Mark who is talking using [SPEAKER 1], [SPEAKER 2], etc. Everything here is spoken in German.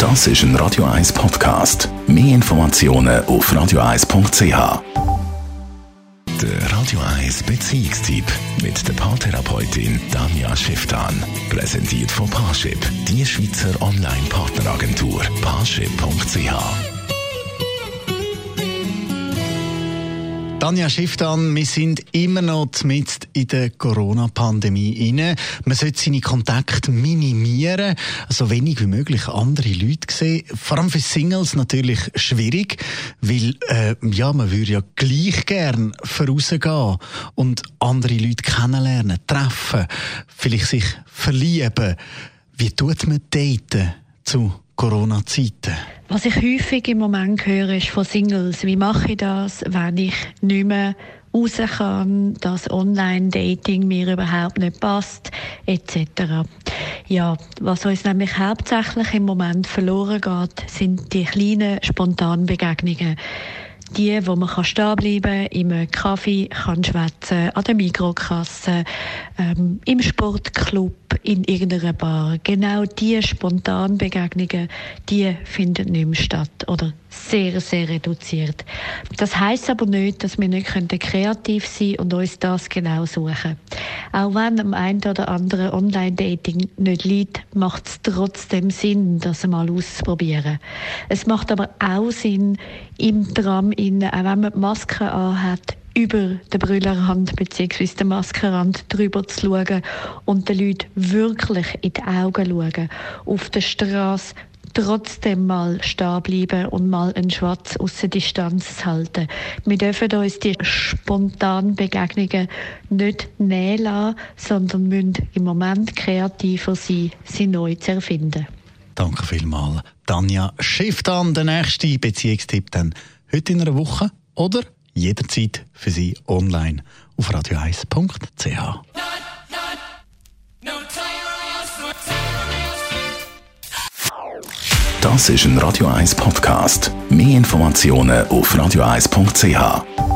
[SPEAKER 1] Das ist ein Radio 1 Podcast. Mehr Informationen auf radio1.ch. Der Radio 1 Beziehungstyp mit der Paartherapeutin Danja Schifftan. Präsentiert von Parship, die Schweizer Online-Partneragentur. Parship.ch.
[SPEAKER 2] Danja Schifftan, wir sind immer noch mitten in der Corona-Pandemie inne. Man sollte seine Kontakte minimieren, so wenig wie möglich andere Leute sehen. Vor allem für Singles natürlich schwierig, weil man würde ja gleich gern vorausgehen und andere Leute kennenlernen, treffen, vielleicht sich verlieben. Wie tut man daten zu Corona-Zeiten?
[SPEAKER 3] Was ich häufig im Moment höre, ist von Singles. Wie mache ich das, wenn ich nicht mehr raus kann, dass Online-Dating mir überhaupt nicht passt, etc. Ja, was uns nämlich hauptsächlich im Moment verloren geht, sind die kleinen, spontanen Begegnungen. Die, wo man stehen bleiben kann, im Kaffee kann schwätzen, an der Mikrokasse, im Sportclub, in irgendeiner Bar. Genau diese spontanen Begegnungen, die finden nicht mehr statt oder sehr, sehr reduziert. Das heisst aber nicht, dass wir nicht kreativ sein und uns das genau suchen. Auch wenn am einen oder anderen Online-Dating nicht liegt, macht es trotzdem Sinn, das einmal auszuprobieren. Es macht aber auch Sinn, im Tram, auch wenn man die Maske anhat, über den Brüllerrand bzw. den Maskenrand drüber zu schauen und den Leuten wirklich in die Augen schauen. Auf der Straße trotzdem mal stehen bleiben und mal einen Schwatz aus der Distanz halten. Wir dürfen uns die spontanen Begegnungen nicht nehmen lassen, sondern müssen im Moment kreativer sein, sie neu zu erfinden.
[SPEAKER 2] Danke vielmals. Danja Schifftan, der nächste Beziehungstipp dann heute in einer Woche oder jederzeit für Sie online auf radio1.ch.
[SPEAKER 1] Das ist ein Radio 1 Podcast. Mehr Informationen auf radio1.ch.